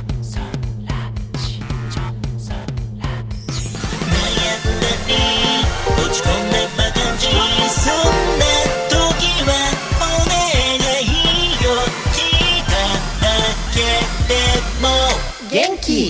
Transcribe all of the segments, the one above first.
元気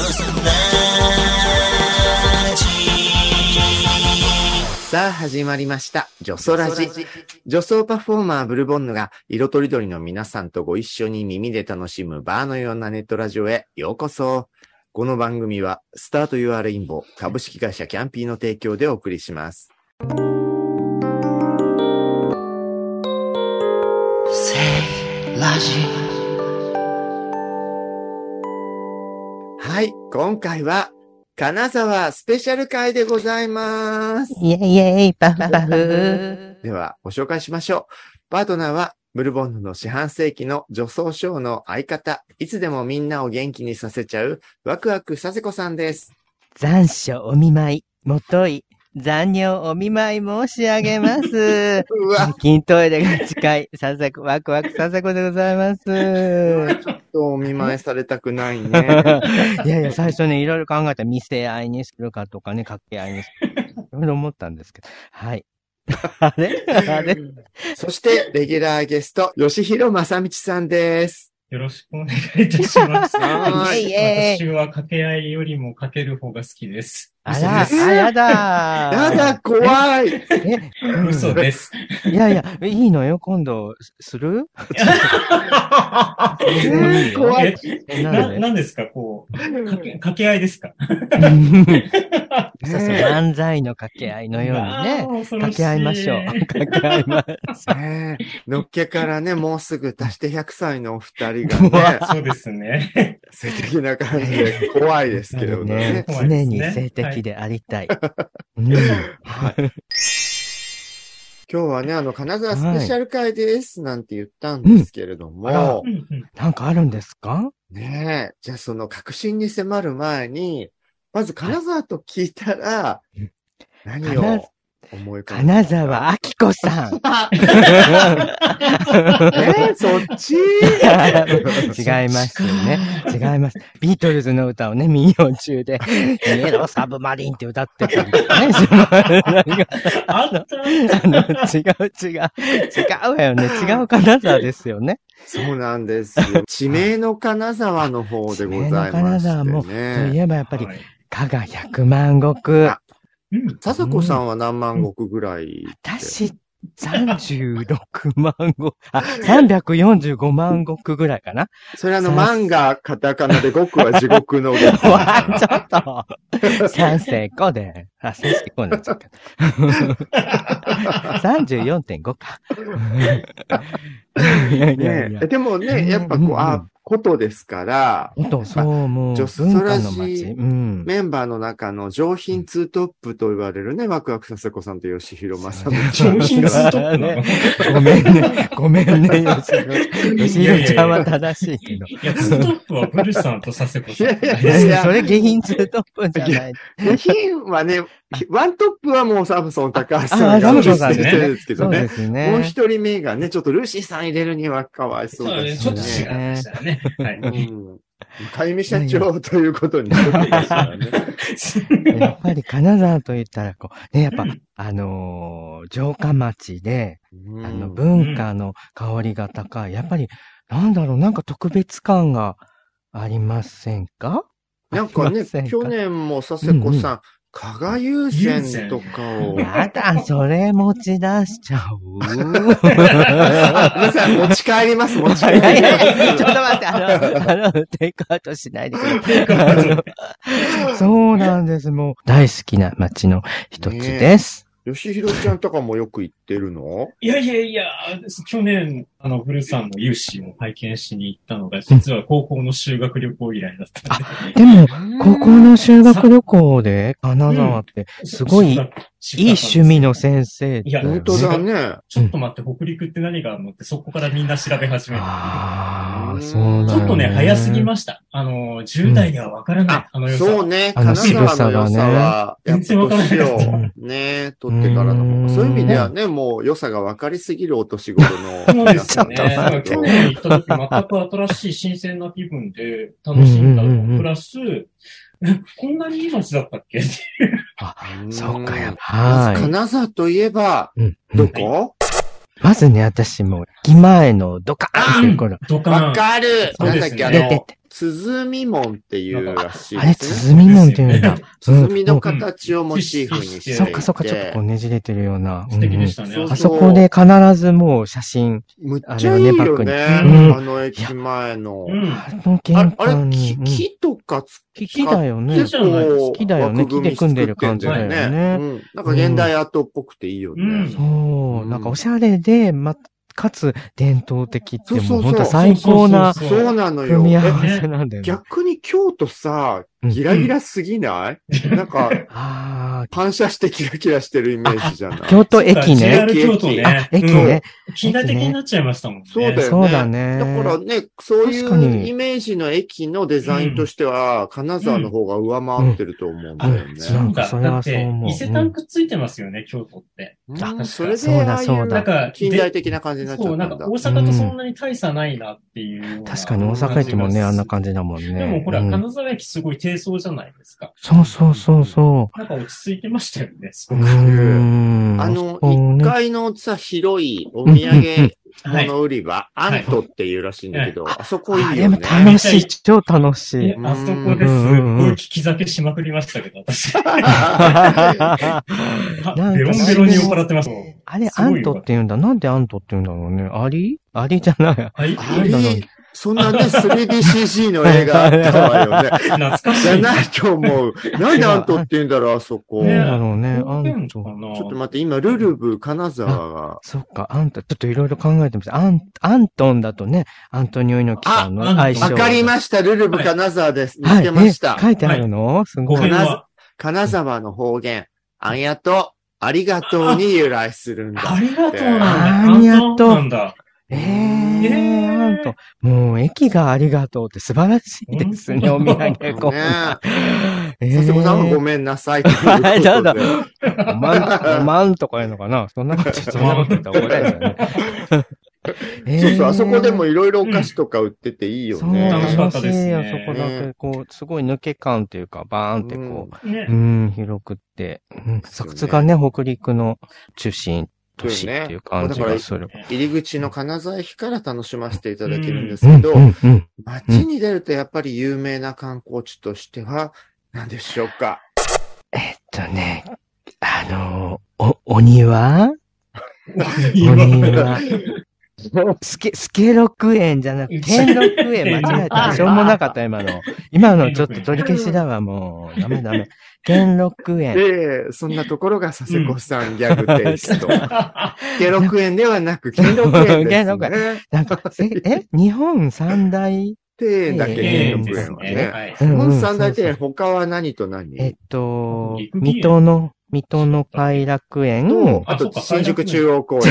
さあ始まりましたジョソラジ。女装パフォーマーブルボンヌが色とりどりの皆さんとご一緒に耳で楽しむバーのようなネットラジオへようこそ。この番組はスタートユアレインボー株式会社キャンピーの提供でお送りします。ラジはい、今回は金沢スペシャル回でございます。 イェイイェイパフパフ。 ではご紹介しましょう。パートナーはブルボンヌの四半世紀の女装ショーの相方、いつでもみんなを元気にさせちゃうワクワクさせこさんです。 残暑お見舞い、もとい、残尿お見舞い申し上げます。最近トイレが近い、させこ、ワクワクさせこでございます。ちょっとお見舞いされたくないね。 いやいや、最初ね、いろいろ考えたら見せ合いにするかとかね、掛け合いにするか。いろいろ思ったんですけど。はい。あれそして、レギュラーゲスト、吉弘正道さんです。 よろしくお願いいたします。 私は掛け合いよりもかける方が好きです。 あら、やだやだ、怖い。 嘘です。 いやいや、いいのよ、今度、する怖い。 何ですか、こう、掛け合いですかそうそう、漫才の掛け合いのようにね、掛け合いましょう。掛け合います。 のっけからね、もうすぐ足して100歳のお二人がね、 そうですね。 性的な感じで怖いですけどね。 常に性的でありたい。 今日はね、金沢スペシャル会ですなんて言ったんですけれども、 なんかあるんですかねえ、じゃあその確信に迫る前に、まず金沢と聞いたら、何を思い浮かべますか？ 金沢明子さん。 そっち違いますよね。違います。ビートルズの歌をね、民謡中で、イエローサブマリンって歌ってたんですね。違うわよね。違う金沢ですよね。 そうなんですよ。地名の金沢の方でございましてね。地名の金沢も、 といえばやっぱり、加賀百万石。 笹子さんは何万石ぐらい？ 私、36万石、345万石ぐらいかな。 それ万がカタカナで極は地獄の極。 ちょっと。三世五で。三世五になっちゃった。34.5 か。 でもね、やっぱことですから、 そう、もう、 女装ラジメンバーの中の上品ツートップと言われるね、ワクワクさせこさんと吉弘正道。 上品ツートップなの？ ごめんね、吉弘ちゃんは正しいけど。 いや、ツートップはブルさんと佐世子さん。 いや、それ下品ツートップじゃない。 下品はね、ワントップはもうサムソン高橋さんがですけどね。もう一人目がね、ちょっとルーシーさん入れるにはかわいそうですね。 ちょっと違いましたね。はい。 かゆみ社長ということになってますからね。 やっぱり金沢と言ったら、やっぱ、城下町で、文化の香りが高い。やっぱり、なんか特別感がありませんか？ なんかね、去年も佐世子さん、加賀優先とかを。 やだ、それ持ち出しちゃう。 皆さん、持ち帰ります、ちょっと待って、 テイクアウトしないでください。そうなんです。もう、大好きな街の一つです。 吉弘ちゃんとかもよく行ってるの？ いや、去年、ブルさんの有志を拝見しに行ったのが、実は高校の修学旅行以来だったんで。 でも、高校の修学旅行で金沢って、すごい、いい趣味の先生。 いや、 本当だね。 ちょっと待って、北陸って何があるのって、そこからみんな調べ始める。 そうなんだ。 ちょっとね、早すぎました。10代ではわからない、良さ。 そうね、金沢の良さは、 全然わからない。 ね、取ってからの。そういう意味ではね、もう良さがわかりすぎるお年頃の。 そうですちょっと待って去年行った時全く新しい新鮮な気分で楽しんだの。プラス、こんなにいい街だったっけっていう。 あ、そうかや。 はい。金沢といえば、どこ？ まずね、私も、駅前のドカーンっていう頃。 ドカーン。 わかる。なんだっけ、鼓門っていうらしいですね。 あれ、鼓門っていうんだ。 鼓の形をモチーフにしていて。 そっかそっか、ちょっとこうねじれてるような。 素敵でしたね。 あそこで必ずもう写真。 むっちゃいいよね。あの駅前の。あれ、木とか木だよね。木だよね。木で組んでる感じだよね。 なんか現代アートっぽくていいよね。 そう。なんかおしゃれで、かつ伝統的ってもう本当最高な組み合わせなんだよね。 逆に京都さ、ギラギラすぎない？なんか、反射してキラキラしてるイメージじゃない？ 京都駅ね。 京都ね。 駅ね。 近代的になっちゃいましたもんね。 そうだよね。 そうだね。 だからね、そういうイメージの駅のデザインとしては、金沢の方が上回ってると思うんだよね。 そうだ。だって、伊勢丹くっついてますよね、京都って。 それで、ああいうなんか近代的な感じになっちゃったんだ。 そう、なんか大阪とそんなに大差ないなっていう。 確かに大阪駅もね、あんな感じだもんね。 でもほら、金沢駅すごい低層じゃないですか。 そう。 なんか落ち着いてましたよね、すごく。 1階のさ、広いお土産物売り場、アントっていうらしいんだけど、あそこいいよね。 楽しい、超楽しい。 あそこですごい聞き酒しまくりましたけど、私。ベロンベロンに酔っ払ってました。 あれ、アントって言うんだ。なんでアントって言うんだろうね。アリじゃない。 アリそんなね、3DCG の映画あったわよね。 懐かしい。 じゃないと思う。なんでアントって言うんだろう、あそこ。 なんだろうね、アント。 ちょっと待って、今、ルルブ、金沢が。 そっか、アント、ちょっといろいろ考えてみて。アントンだとね、アントニオ猪木さんの相性。 わかりました、ルルブ、金沢です。見つけました。 書いてあるのすごい。 金沢の方言、あんやと、ありがとうに由来するんだ。 ありがとうなんだ。 ありがとう。 なんだ。 なんと、もう駅がありがとうって素晴らしいですね、お土産コーナー。佐世保さんはごめんなさいということで。 おまんとか言うのかなそんなこと言ったら怒られるよね。 そう、あそこでもいろいろお菓子とか売ってていいよね。 楽しかったですね。 そこだけ、こう、すごい抜け感っていうか、バーンってこう、広くって、さすがね、北陸の中心。都市っていう感じがする。 入り口の金沢駅から楽しませていただけるんですけど、街に出るとやっぱり有名な観光地としては何でしょうか？ お庭スケ六園じゃなくて、兼六園間違えた。しょうもなかった、今のちょっと取り消しだわ、もう。ダメ。兼六園。 そんなところが佐世保さんギャグテイスト。兼六園ではなく、兼六園ですね。 なんか、日本三大庭園だけ兼六園はね。日本三大庭園、他は何と何？ 水戸の偕楽園あと、新宿中央公園。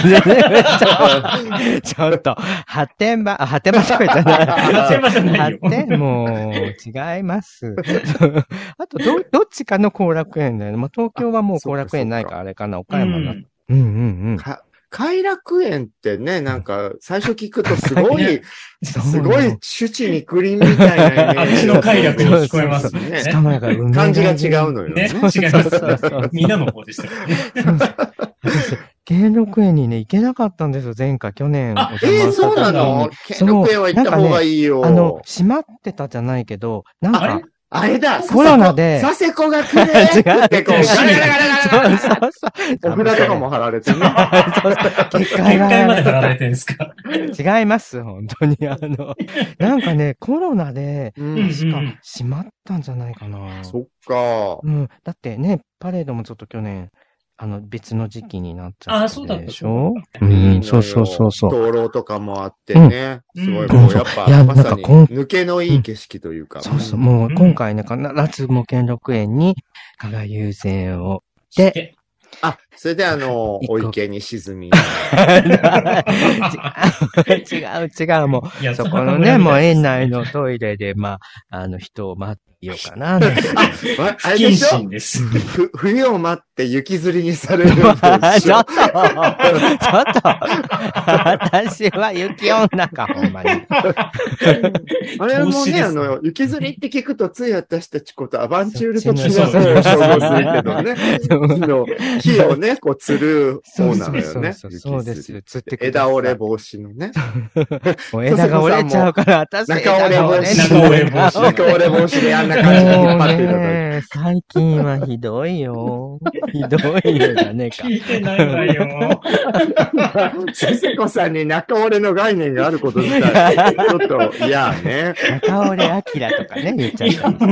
ちょっと、発展場とか言ったら、もう、違います。あと、どっちかの後楽園だよね。東京はもう後楽園ないからあれかな、岡山な。 偕楽園ってね、なんか、最初聞くとすごい、朱地に栗みたいなイメージ。 あっちの偕楽に聞こえますね。 しかもなんか、 漢字が違うのよね。 違います。みんなの方でしたね。 兼六園にね、行けなかったんですよ、前回、去年。 そうなの？兼六園は行った方がいいよ。 閉まってたじゃないけど、なんか、 あれだコロナで。 佐世保が来ねーってこう、ガラガラ。そう。お札とかも貼られてね。 結界まで貼られてるんですか？ 違います、本当に。なんかね、コロナで、確か閉まったんじゃないかな。 そっか。 だってね、パレードもちょっと去年、別の時期になっちゃったでしょ？そう。 灯籠とかもあってね。すごい、もうやっぱ、まさに抜けのいい景色というか。 そう、もう今回ね、必ずも兼六園に、加賀友禅を。で、 それでお池に沈み。 違う、もう、そこのね、もう園内のトイレで、人を待ってようかな。 あれでしょ謹慎です。 冬を待って雪吊りにされるんでしょ。 ちょっと、私は雪女か、ほんまに。 あれもね、雪吊りって聞くと、つい私たちことアバンチュール的なそう方を想像するけどね。木をね、こう吊る方なのよね。 そうですよ。釣ってく枝折れ防止のね。 もう枝が折れちゃうから、私中折れ防止。 中折れ防止。 中折れ防止であんな感じで引っ張っていただね、最近はひどいよ。ひどいよだねか。 聞いてないわよ。 せせこさんに中折れの概念があること自体、ちょっと嫌ね。 中折れあきらとかね、言っちゃったりして。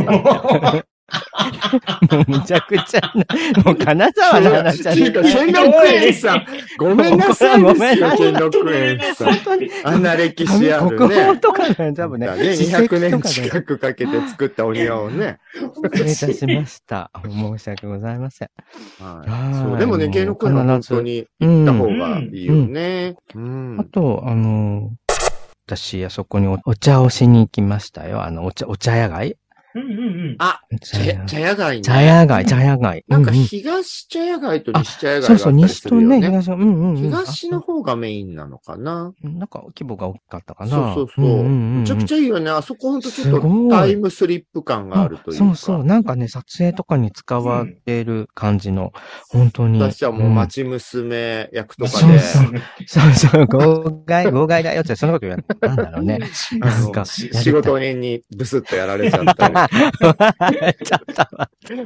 もうむちゃくちゃな、もう金沢の話じゃね兼六園さん、ごめんなさいですよ、兼六園さん。あんな歴史あるね。 国宝とかね、多分ね。 200年近くかけて作ったお庭をね。 失礼いたしました。申し訳ございません。 そう、でもね、兼六園は本当に行った方がいいよね。 あと、私、あそこにお茶をしに行きましたよ。お茶屋街。 あ、茶屋街ね。 茶屋街。 なんか東茶屋街と西茶屋街があったりするよね。 そうそう、西とね、 東の方がメインなのかな。 なんか規模が大きかったかな。 そう。めちゃくちゃいいよね。あそこほんとちょっとタイムスリップ感があるというか。 そう。なんかね、撮影とかに使われる感じの、本当に。 私はもう町娘役とかで。 そう、号外だよって、そんなこと言わない。なんだろうね。なんか、 仕事人にブスッとやられちゃったり。 ちょっと待って。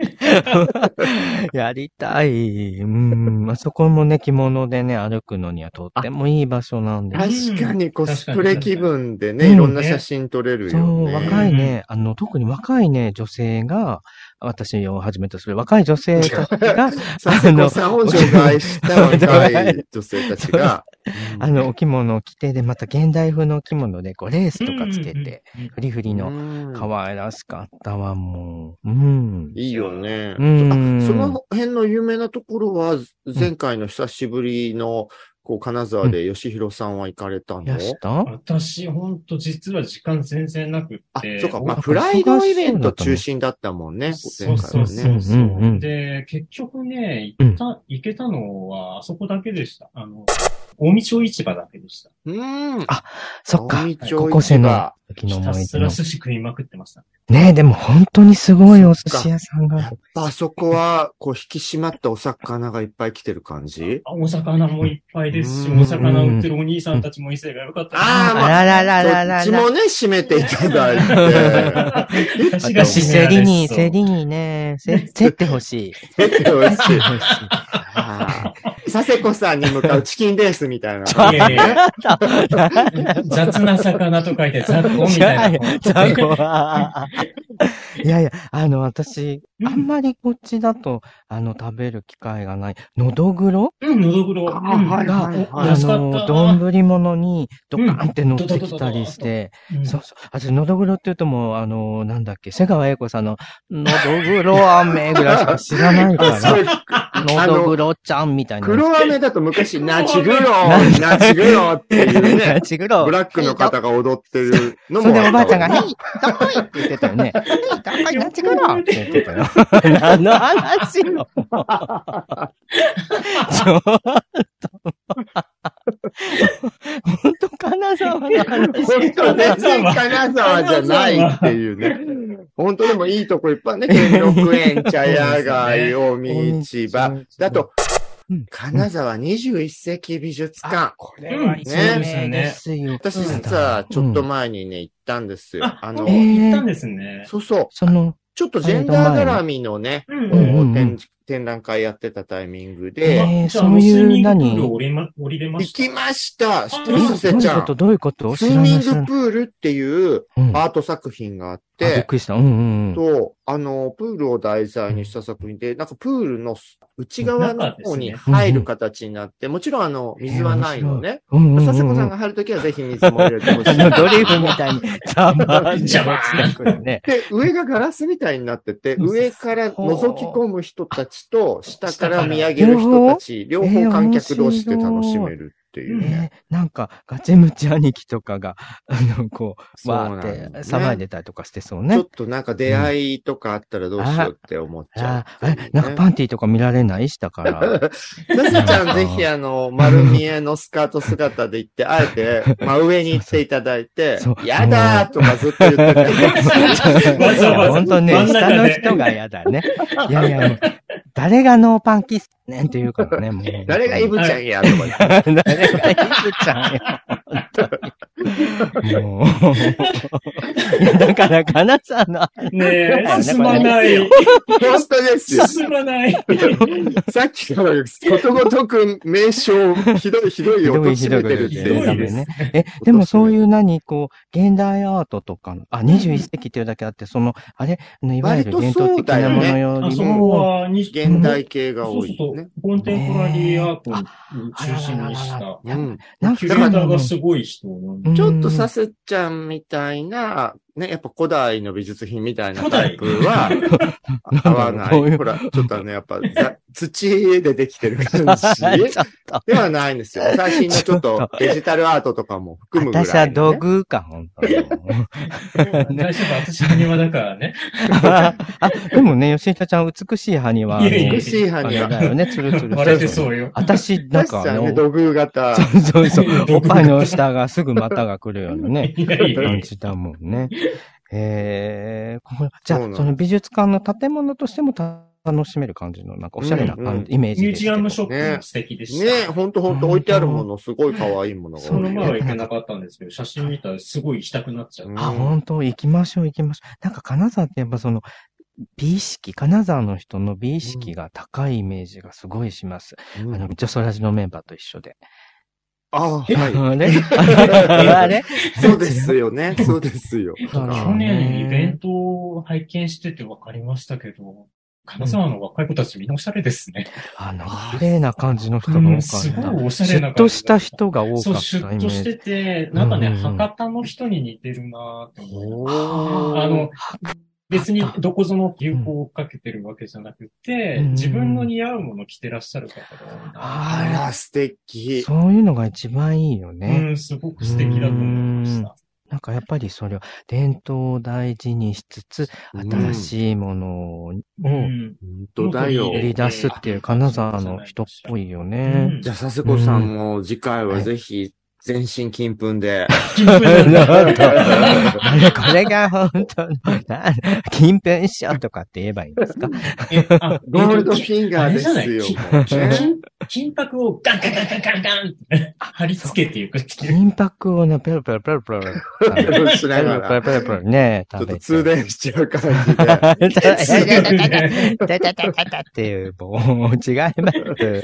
やりたい。あそこもね、着物でね、歩くのにはとってもいい場所なんで。 確かにコスプレ気分でね、いろんな写真撮れるよね。 そう、若いね、特に若いね、女性が、私をはじめとする若い女性たちが、 佐世子さんを除外した若い女性たちが、 お着物を着て、で、また現代風のお着物で、こう、レースとかつけて、フリフリの、可愛らしかったわ、もう。 いいよね。その辺の有名なところは、前回の久しぶりの、金沢で吉弘さんは行かれたの？ 私、ほんと実は時間全然なくって。 そうか。プライドイベント中心だったもんね、前回はね。 そう。で、結局ね、行けたのは、あそこだけでした。大見町市場だけでした。 そっか。高校生の時の思い出の。ひたすら寿司食いまくってました。 ねえ、でも本当にすごいお寿司屋さんが。 やっぱあそこは、引き締まったお魚がいっぱい来てる感じ？ お魚もいっぱいですし、お魚売ってるお兄さんたちも威勢が良かった。 あら。そっちもね、締めていただいて。 私、競りにね、競ってほしい。 競ってほしい。佐世子さんに向かうチキンレースみたいな。 雑な魚と書いて雑魚みたいな。 いや、私、あんまりこっちだと、食べる機会がない。のどぐろ？ のどぐろ。 が、丼物にドカンって乗ってきたりして、そう。私、のどぐろって言うともう、なんだっけ、瀬川栄子さんの、のどぐろ飴ぐらいしか知らないから、のどぐろちゃんみたいな。 黒飴だと昔、ナチグロっていうね、ブラックの方が踊ってるのも。 それでおばあちゃんが、どこいって言ってたよね。どこい、ナチグロって言ってたよ。何の話よ。ちょっと。本当金沢の話。 本当全然金沢じゃないっていうね。本当でもいいとこいっぱいね。兼六園、茶屋街、大見市場。だと、金沢21世紀美術館。 これは有名ですよ。 私実はちょっと前にね、行ったんですよ。 行ったんですね。 そう。ちょっとジェンダー絡みのね、展覧会やってたタイミングで、 そういう何？ 行きました。知ってますせちゃん。 どういうことスイミングプールっていうアート作品があって、 びっくりした。 プールを題材にした作品で、なんかプールの内側の方に入る形になって、もちろん水はないのね。佐世子さんが入るときはぜひ水も入れてほしい。 ドリフみたいに邪魔で、上がガラスみたいになってて、上から覗き込む人たちちと、下から見上げる人たち、両方観客同士で楽しめるっていうね。 なんか、ガチムチ兄貴とかが、こう、 そうわーってなんだよね騒いでたりとかしてそうね。 ちょっとなんか出会いとかあったらどうしようって思っちゃうっていうね。 なんかパンティーとか見られない下から。 なすちゃんぜひ丸見えのスカート姿で行って、あえて真上に行っていただいてそう、 やだーとかずっと言ってて。 わざわざ本当ね、 真ん中で下の人が嫌だね。いやいや、誰がノーパンキスねんって言うからね、もう。 誰がイブちゃんやとか言って。 誰がイブちゃんや。本当に。もう。いや、だから、かなさんの。 ねえ、進まない。 本当ですよ。 進まない。 さっきからことごとく名称、ひどいをとしめてるっていう。 ひどいですね。でもそういうこう、現代アートとかの、21世紀っていうだけあって、あれ、いわゆる伝統的なものよりも、 現代系が多いそうね。 コンテンポラリーアートを中心にした。 なんキュレーターがすごい人なんで。 ちょっとさせちゃんみたいな、ね、やっぱ古代の美術品みたいなタイプは合わない。ほら、ちょっとやっぱ土でできてる感じではないんですよ。最新のちょっとデジタルアートとかも含むぐらい、ね。 私は道具か、本当に。 大丈夫、私埴輪だからね。 でもね、吉田ちゃん美しい埴輪。 美しい埴輪。 だよね、つるつる。 割れてそうよ。 私、なんか土偶型。 そう。おっぱいの下がすぐ股が来るようなね、感じだもんね。じゃあ、その美術館の建物としても楽しめる感じの、なんかおしゃれなイメージですけど。 ミュージアムショップも素敵でした。 ね、ほんと置いてあるもの、すごい可愛いものが多い。 その前は行けなかったんですけど、写真見たらすごい行きたくなっちゃう。 本当行きましょう。なんか金沢ってやっぱ美意識、金沢の人の美意識が高いイメージがすごいします。ジョソラジのメンバーと一緒で。 はい。 あれそうですよね。そうですよ。 去年イベントを拝見してて分かりましたけど、金沢の若い子たちみんなおしゃれですね。 綺麗な感じの人が多かった。 すごいおしゃれな感じ。 シュッとした人が多かった。そう、 シュッとしてて、なんかね、博多の人に似てるなぁと思って。別にどこぞの流行をかけてるわけじゃなくて、自分の似合うもの着てらっしゃる方が多いな。 あら、素敵。 そういうのが一番いいよね。 すごく素敵だと思いました。 なんかやっぱりそれを伝統を大事にしつつ、新しいものを売り出すっていう金沢の人っぽいよね。 じゃあ、佐世子さんも次回はぜひ、全身金粉で。 金粉なんだ。これが本当の、金粉ショーとかって言えばいいんですか？ ゴールドフィンガーですよ。 金箔をガンガンガンガンガンガンって貼り付けていくっていう。 金箔をね、ペロペロペロペロ。 しながら。 ペロペロね、 ちょっと通電しちゃう感じで。 っていう、もう違います。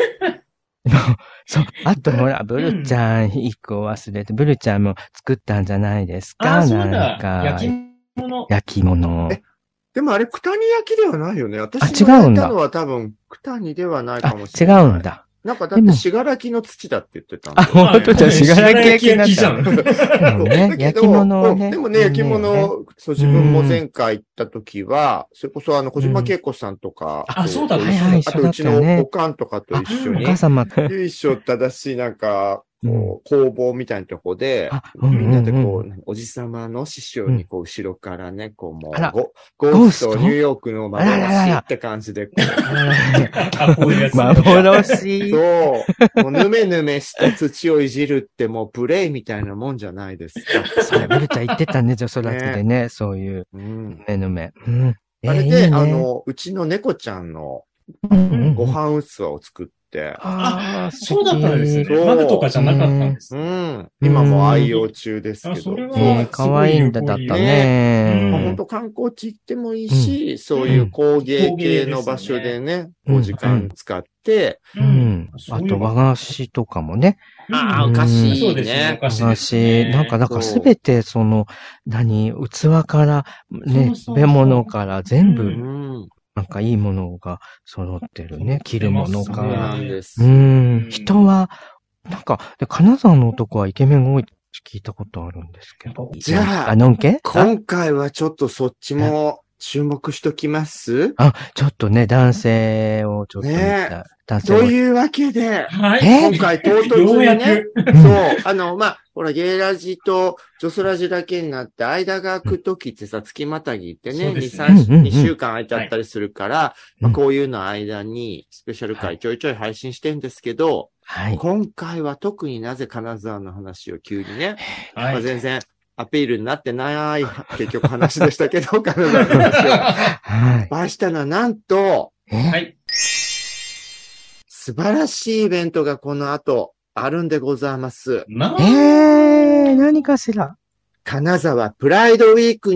そう。あとほら、ブルちゃん一個忘れて、ブルちゃんも作ったんじゃないですか？なんか。焼き物。 でもあれ、九谷焼きではないよね。私が焼いたのは多分、九谷ではないかもしれない。 違うんだ。 なんかだって、しがらきの土だって言ってたんだ。 本当じゃ、しがらき焼きになっちゃう。ね、焼き物をね。 でもね、焼き物、そう、自分も前回行った時は、それこそ小島恵子さんとか、 そうだ、 あとうちのおかんとかと一緒に、 お母様由緒正しいなんか、工房みたいなとこで、みんなでおじさまの師匠に後ろからね、ゴーストニューヨークの幻って感じで、 幻。 そう。もうぬめぬめした土をいじるってもうプレイみたいなもんじゃないですか。 それ、ブルちゃん言ってたね、女装ラジでね、そういう、ぬめぬめ。 あれで、うちの猫ちゃんのご飯器を作って、 そうだったんですね。マグとかじゃなかったんです。 今も愛用中ですけど。 可愛いんだったね。 本当観光地行ってもいいし、そういう工芸系の場所でね、お時間使って、 あと和菓子とかもね。 お菓子。 そうですね。 和菓子。なんかすべて器から、ね、食べ物から全部、なんかいいものが揃ってるね。着るものから。人は、なんか、金沢の男はイケメンが多いって聞いたことあるんですけど。 じゃあ、今回はちょっとそっちも注目しときます。 ちょっとね、男性をちょっと見た。男性というわけで、 はい。 今回唐突にね、そう、ほら、ゲイラジとジョソラジだけになって、間が空くときってさ、月またぎってね、2週間空いちゃったりするから、こういうの間にスペシャル回ちょいちょい配信してるんですけど、今回は特になぜ金沢の話を急にね、全然アピールになってない、結局話でしたけど、金沢の話をいっぱいしたのは、なんと、素晴らしいイベントがこの後あるんでございます。 何かしら。 金沢プライドウィーク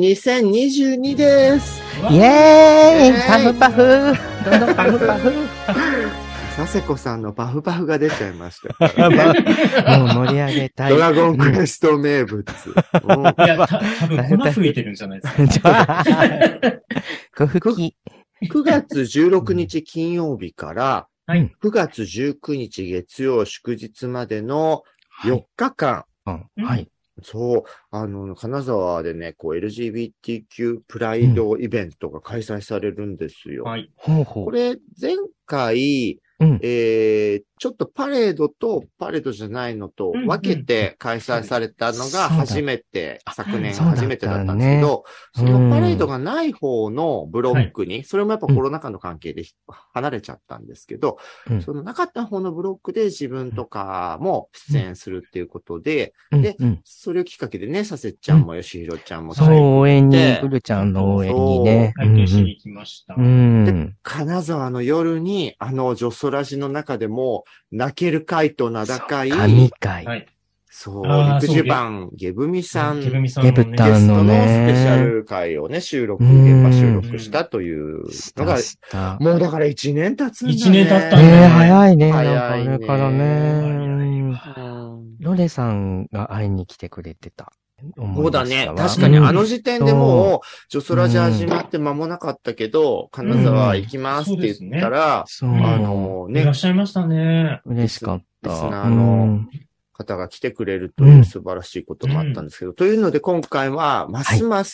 2022です。 イエーイパフパフどんどんパフパフ佐世子さんのパフパフが出ちゃいました。 もう盛り上げたい。 ドラゴンクエスト名物。 いや、多分粉吹いてるんじゃないですか。 粉吹き。 9月16日金曜日から、9月19日月曜祝日までの4日間。そう、金沢でね、LGBTQ プライドイベントが開催されるんですよ。これ、前回、ちょっとパレードとパレードじゃないのと分けて開催されたのが初めて、昨年初めてだったんですけど、そのパレードがない方のブロックに、それもやっぱコロナ禍の関係で離れちゃったんですけど、そのなかった方のブロックで自分とかも出演するっていうことで、で、それをきっかけでね、させちゃんもよしひろちゃんもそう、応援に、ぐるちゃんの応援にね。 体験しに行きました。 で、金沢の夜に、ジョソラジの中でも、泣ける会と名高い。 神会。 そう、陸寿番、ゲブミさん。 ゲブタンのね。 ゲストのスペシャル会をね、現場収録したというのが、もうだから1年経つんだね。 1年経ったね。 早いね。早いね。これからね。ロレさんが会いに来てくれてた。 そうだね。確かにあの時点でもう、ジョソラジ始まって間もなかったけど、金沢行きますって言ったら、 いらっしゃいましたね。 嬉しかった。 リスナーの方が来てくれるという素晴らしいこともあったんですけど、というので今回は、ますます、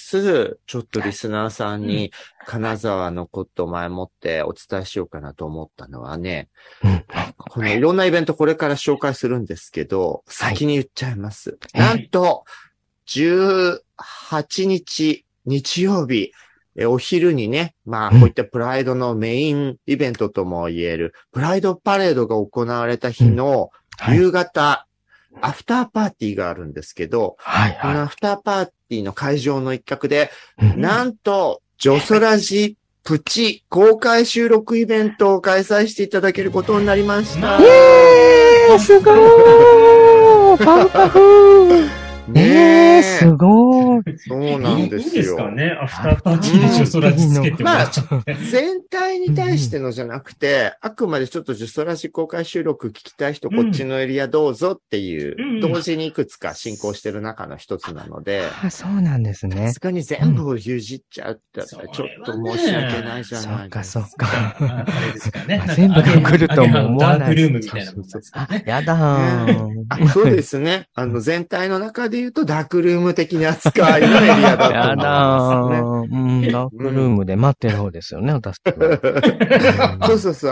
ちょっとリスナーさんに、金沢のことを前もってお伝えしようかなと思ったのはね、このいろんなイベントこれから紹介するんですけど、先に言っちゃいます。なんと、18日、日曜日、お昼にね、こういったプライドのメインイベントとも言える、プライドパレードが行われた日の夕方、アフターパーティーがあるんですけど、このアフターパーティーの会場の一角で、なんと、ジョソラジプチ公開収録イベントを開催していただけることになりました。 すごーパフパフすごい。 そうなんですよ。 いいですかね、アフターパーティーでジョソラジつけてもらっちゃって。 全体に対してのじゃなくて、あくまでちょっとジョソラジ公開収録聞きたい人、こっちのエリアどうぞっていう、同時にいくつか進行してる中の一つなので。 そうなんですね。 さすがに全部を牛耳っちゃうってちょっと申し訳ないじゃないですか。 そっか。 あれですかね。 全部が来るとも思わない。 ダークルームみたいなもんですかね。 やだー。そうですね。全体の中で言うとダークルーム的な扱いのエリアだと思いますね。 やだー。ダークルームで待ってる方ですよね、私は。 そう、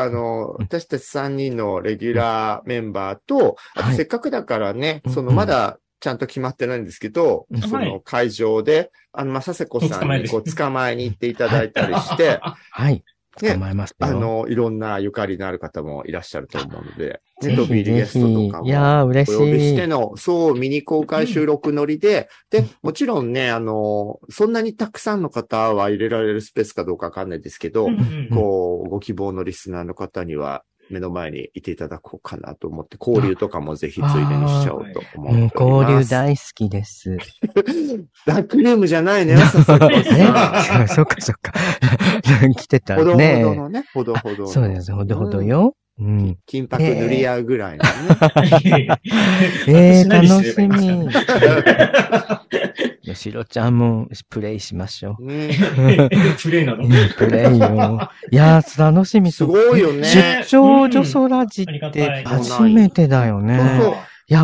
私たち3人のレギュラーメンバーと、あとせっかくだからね、まだちゃんと決まってないんですけど、その会場で、佐世子さんに捕まえに行っていただいたりして、 はい。捕まえますよ。 いろんなゆかりのある方もいらっしゃると思うので、飛び入りゲストとかも。 いやー、嬉しい。 お呼びしての、ミニ公開収録乗りで、で、もちろんね、そんなにたくさんの方は入れられるスペースかどうかわかんないですけど、ご希望のリスナーの方には、目の前にいていただこうかなと思って、交流とかもぜひついでにしちゃおうと思っております。 交流大好きです。 ダークルームじゃないね、佐々木さん。 そっか。来てたね。 ほどほどのね、ほどほどの。 そうです、ほどほどよ。 金箔塗り合うぐらいのね。 楽しみ。よしろちゃんもプレイしましょう。 プレイなの？ プレイよ。いやー、楽しみ。 すごいよね。 出張ジョソラジって初めてだよね。いや、もう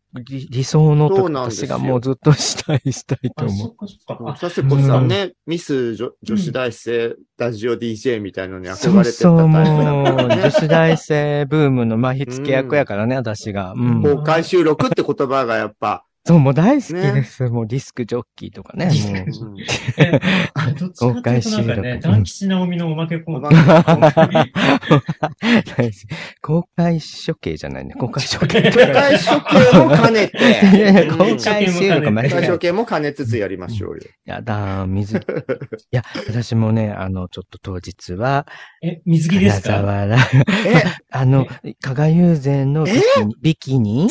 理想のとか、 そうなんですよ私がもうずっとしたいとあ、そ思う。 っかそっか。あ、 佐世子さんね、ミス女子大生ラジオ DJ みたいのに憧れてたそう、 タイプだもう、 からね。 女子大生ブームのまひ付け役やからね、私が。 公開収録って言葉がやっぱ、 そう、もう大好きです。もうディスクジョッキーとかね、もう。 どっちかっていうとなんかね、団吉直美のおまけコント。 公開処刑じゃないね。公開処刑。 公開処刑も兼ねて。 いやいや、公開収録間違公開処え刑も兼ねつつやりましょうよ。 やだ、いや、私もね、ちょっと当日は、 水着ですか？ 金沢ら、加賀友禅のビキニ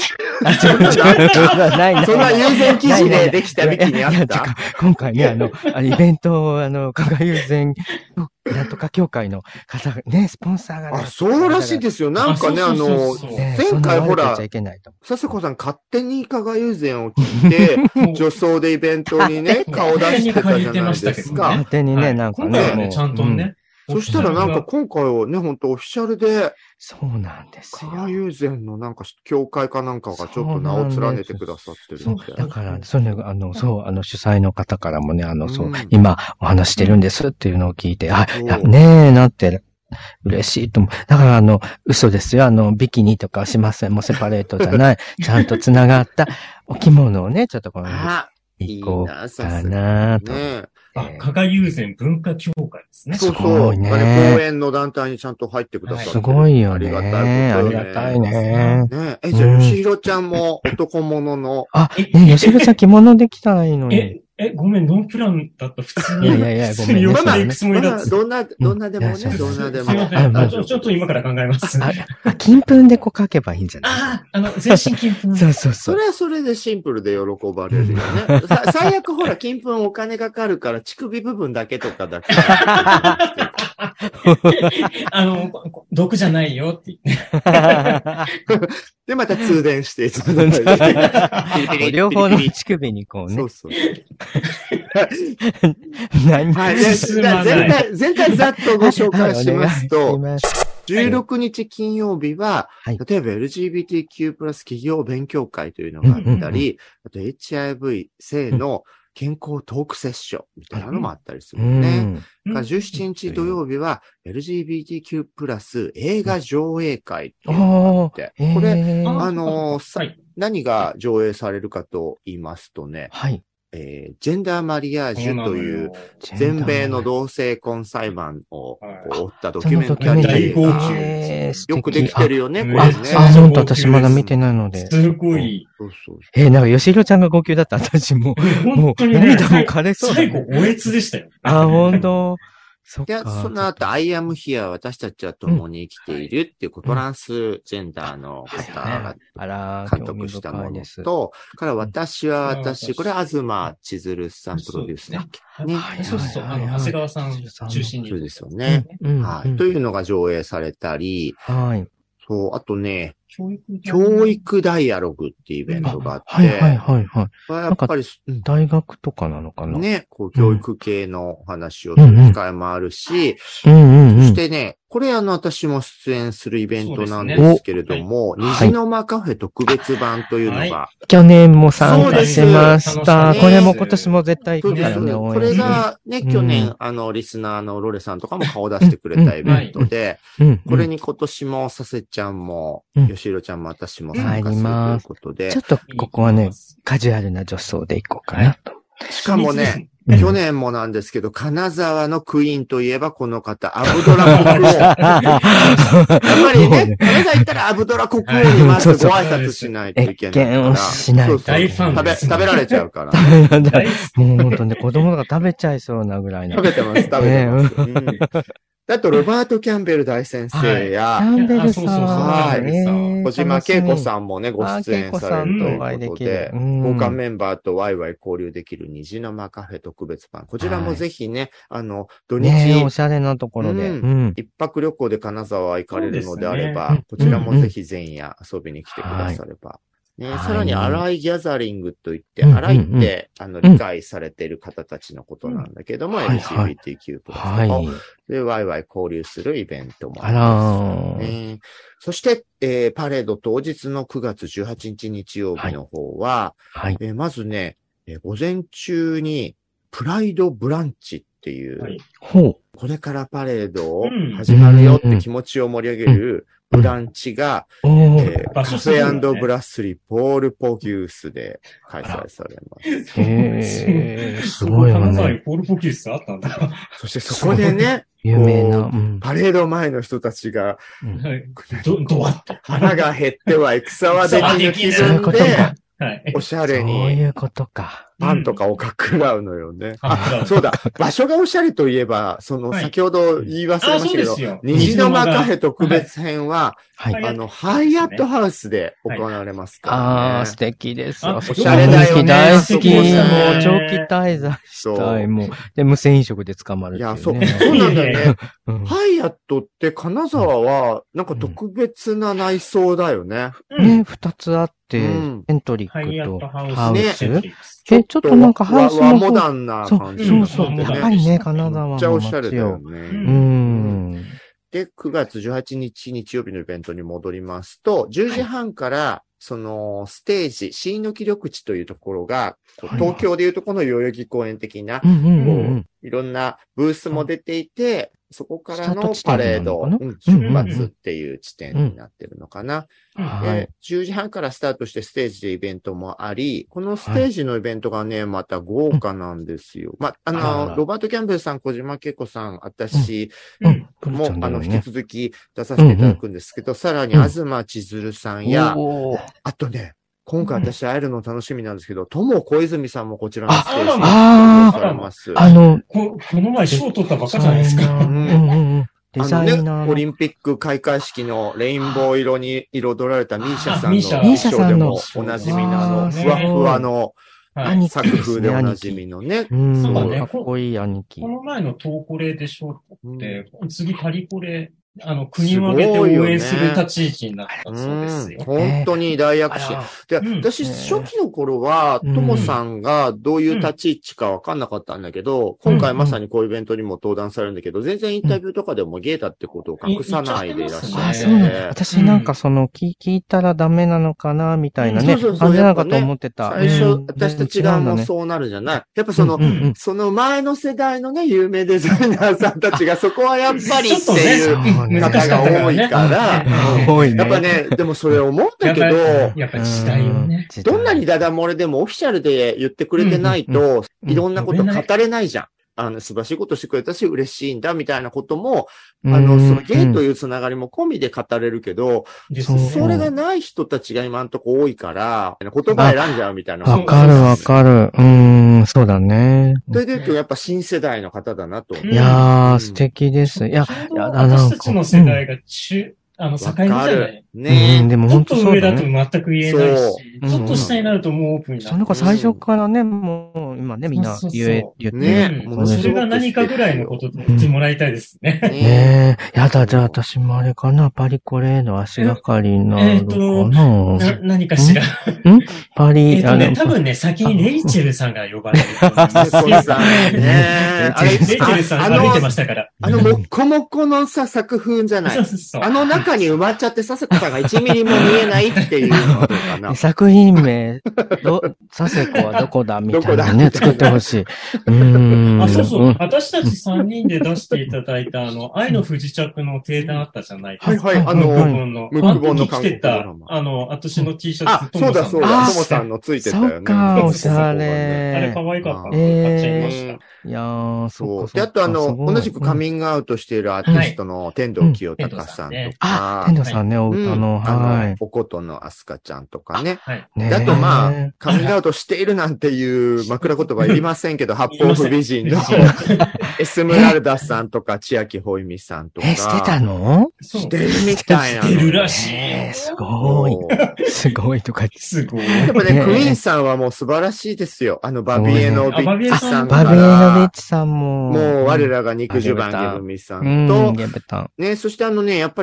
ないそんな友禅記事でできたビキニあった？ 今回ね、イベントを、加賀友禅、なんとか協会の方がね、スポンサーがね。 あ、そうらしいですよ。なんかね、前回ほら、佐世子さん勝手に加賀友禅を聞いて、女装でイベントにね、顔出してたじゃないですか。 勝手にね、なんかね。 ちゃんとね。 そしたらなんか今回はね、ほんとオフィシャルで、 そうなんですよ。 加賀友禅のなんか協会かなんかがちょっと名を連ねてくださってるみたいな。 だから、そうね、主催の方からもね、今お話してるんですっていうのを聞いて、ねえ、なって、嬉しいと思う。だから、嘘ですよ。ビキニとかしません。もうセパレートじゃない。ちゃんと繋がったお着物をね、ちょっとこの、行こうかなと。 加賀友禅文化協会ですね。 そうそう。公園の団体にちゃんと入ってくださって。 すごいよね。 ありがたいこと。 ありがたいね。 じゃあ、吉弘ちゃんも男物の。 吉弘ちゃん着物できたらいいのに。 ごめん、ノープランだった普通に。 いや、ごめんね。 まあ、どんなでもね、どんなでも。 すいません。ちょっと今から考えます。 金粉でこう書けばいいんじゃない全身金粉。 そう。 それはそれでシンプルで喜ばれるよね。最悪ほら、金粉お金かかるから、乳首部分だけとかだけ。 毒じゃないよって言って。 で、また通電して、 両方の乳首にこうね。 そうそう。 何はい。全体ざっとご紹介しますと、16日金曜日は、例えば LGBTQ+ 企業勉強会というのがあったり、あと HIV 性の健康トークセッションみたいなのもあったりするね。17日土曜日は LGBTQ+ 映画上映会っていうのがあって、これ、何が上映されるかと言いますとね、ジェンダーマリアージュという全米の同性婚裁判を追ったドキュメンタリーがよくできてるよね、これね。 本当私まだ見てないので。 すごい。 なんか吉弘ちゃんが号泣だった私も本当に涙も枯れそう。 最後、おえつでしたよ。 本当。 で、その後、I am here 私たちは共に生きているっていうトランスジェンダーの方が監督したものと、から私は私、これは東千鶴さんプロデュースだっけね。 そう。長谷川さん中心に。 そうですよね。はい。というのが上映されたり、そう、あとね、教育ダイアログっていうイベントがあって、やっぱり、 大学とかなのかなね、教育系のお話をする機会もあるし、そしてね、これ私も出演するイベントなんですけれども、虹の間カフェ特別版というのが。 去年も参加しました。これも今年も絶対行くからね、 これがね、去年、リスナーのロレさんとかも顔出してくれたイベントで、これに今年もさせちゃんも、吉弘ちゃんも私も参加するということで。 ちょっとここはね、カジュアルな女装で行こうかなと。 しかもね、去年もなんですけど、金沢のクイーンといえばこの方、アブドラ国王。やっぱりね、金沢行ったらアブドラ国王にまずご挨拶しないといけないから。 しないと。 大ファンです。 食べられちゃうから。 もう本当ね、子供が食べちゃいそうなぐらいの。 食べてます。あと、ロバート・キャンベル大先生や、小島恵子さんもね、ご出演されるということで、豪華メンバーとワイワイ交流できる虹の間カフェ特別版。こちらもぜひね、土日、 おしゃれなところで、 一泊旅行で金沢行かれるのであれば、こちらもぜひ前夜遊びに来てくだされば。 ね、 はいさらに、アライギャザリングといって、 うんアライって、理解されている方たちのことなんだけども、 はいはい LGBTQ+、 はい。 で、ワイワイ交流するイベントもあありまらす、ね。そして、パレード当日の9月18日日曜日の方は、 はい。 まずね、午前中に、プライドブランチっていう、 はいほう。 これからパレードをうん始まるよって気持ちを盛り上げるブランチが、 おー。 カフ場所すごいわねェブラッスリーポール・ポギュースで開催されます。 へー、すごいわ金沢にね。 ポール・ポキュスあったんだ。はそしてそこでね、 有名な。 こうパレード前の人たちが、 い。ドワッと。 腹が減っては戦はできる気そういう分でことか、。 はい。 おしゃそうれにいうことか。 パンとかをかくらうのよね。 あそうだ、場所がおしゃれといえば、 はい先ほど言い忘れましたけあそうでどすよ、 虹の間カフェ特別編は、 はい。 ハイアットハウスで行われますからね。 素敵ですよ。 あおしゃれだよね大好き、 そこもうね長期滞在したい、もう。で、無銭飲食で捕まるっていう、ね。 いや、そうなんだよね。 うんハイアットって金沢は、なんか特別な内装だよね。 ね、二つあって、 うんエントリッハイアックとトハウス。 ハウス。 ねちょっとなんかハウス和モの方ダンなそう感じそうそう。 うんやっぱりね、金沢めもっちゃおしゃれだよ街ね。 うん。 で、9月18日日曜日のイベントに戻りますと、10時半から、その、ステージ、新の木緑地というところが、 はい東京でいうとこの代々木公園的な、 うんうんうんいろんなブースも出ていて、そこからのスタート地点パレード、 なのかな出発っていう地点になってるのかな。 うん。はい。 10時半からスタートしてステージでイベントもあり、このステージのイベントがね、また豪華なんですよ。 あらロバート・キャンベルさん、小島恵子さん、私うん。 も、 ちゃんだよ引ねき続き出させていただくんですけど、さらに、東千鶴さんや、 おーあとね、今回私会えるの楽しみなんですけど、友小泉さんもこちらのステージにあ出されます。 この前賞取ったばっかじゃないですか。 うんうんうん。デザイナーの。 オリンピック開会式のレインボー色に彩られたミーシャさんのミーシャ衣装でもさんのおなじみのあーふわふわのはい。 作風でおなじみのね。 うん、 そうだねかっこいい兄貴こ。の前の東コレで賞うん取って、次パリコレ、国を挙げて応援する立ち位置になったそうですよ。 本当に大躍進。で、 うん私、初期の頃は、ともさんがどういう立ち位置かわかんなかったんだけど、今回まさにこういうイベントにも登壇されるんだけど、全然インタビューとかでもゲイだってことを隠さないでいらっしゃあ、 って。 そうなんだ。私なんか聞いたらダメなのかな、みたいなね。 そう感じなのかと思ってた。 最初、 うん私たちがもうそうなるじゃない。やっぱその、 うんうんその前の世代のね、有名デザイナーさんたちがそこはやっぱりっていう方が多いから、 多いね。 やっぱね、でもそれ思うんだけど、 やっぱり時代よね。 どんなにダダ漏れでもオフィシャルで言ってくれてないと、いろんなこと語れないじゃん。素晴らしいことしてくれたし、嬉しいんだ、みたいなことも、そのゲイというつながりも込みで語れるけど、それがない人たちが今んとこ多いから、言葉選んじゃうみたいな。 わかるわかる。そうだね。 それで言うとやっぱ新世代の方だなと思う。 いやー、素敵です。いや、 私たちの世代が境目じゃないねでもちょっと本当そうだ上だとね。 全く言えないし、 そうちょっと下になるともうオープンになる。 その子最初からね、もう、今ね、みんな言ってねうんそれが何かぐらいのことで言ってもらいたいですね。 ねえ。やだ、じゃあ私もあれかな、パリコレの足がかりになるのかな。 何かしら。 パリ、 多分ね、先にレイチェルさんが呼ばれると思います。 そうさね。 レイチェルさんが見てましたから。 もっこもこの作風じゃない。中に埋まっちゃって、笹子さんが1ミリも見えないっていうのかな。 作品名、笹子はどこだみたいなね、作ってほしい。 そうそう。私たち3人で出していただいた、愛の不時着の定談あったじゃないですか。 はいはい、 ムック本の着てた、私の T シャツ、 そうだそうだ、ともさんのついてたよね。 そっか、おしゃれ。 あれ可愛かったので買っちゃいました。 いやー、 そう。で、あと同じくカミングアウトしているアーティストの天童清隆さんとか。 天童さんね、お歌の、はい。 おことのアスカちゃんとかね。 はい。 あとカミングアウトしているなんていう枕言葉いりませんけど、八方不美人のエスムラルダさんとか、千秋ほいみさんとか。 してたのしてるみたいな。 してるらしい。 すごい。すごいとか。 すごい。 やっぱね、クイーンさんはもう素晴らしいですよ。バビエノビッチさんバビエノビッチさんも。 もう我らが肉襦袢ゲブミさんと、ね、そしてやっぱり北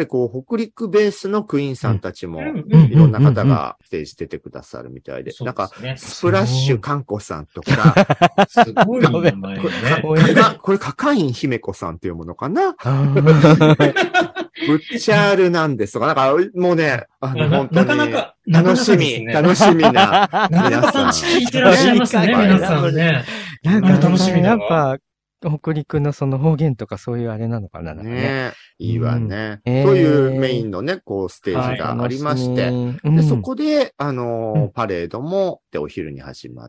北陸ベースのクイーンさんたちも、 うんいろんな方がステージ出てくださるみたいで。なんか、スプラッシュかんこさんとか、 すごい名前ね。 これ、カカイン姫子さんっていうものかなブッチャールなんですとか、なんか、もうね、本当に、楽しみな、皆さん。 聞いてらっしゃいますね、皆さんね。 なんか楽しみだやっわ。 ぱ、北陸のその方言とかそういうあれなのかな、なんかね。 ねいいわね。 うんそういうメインのね、こう、ステージがありまして、で、そこで、パレードも、で、お昼に始まって、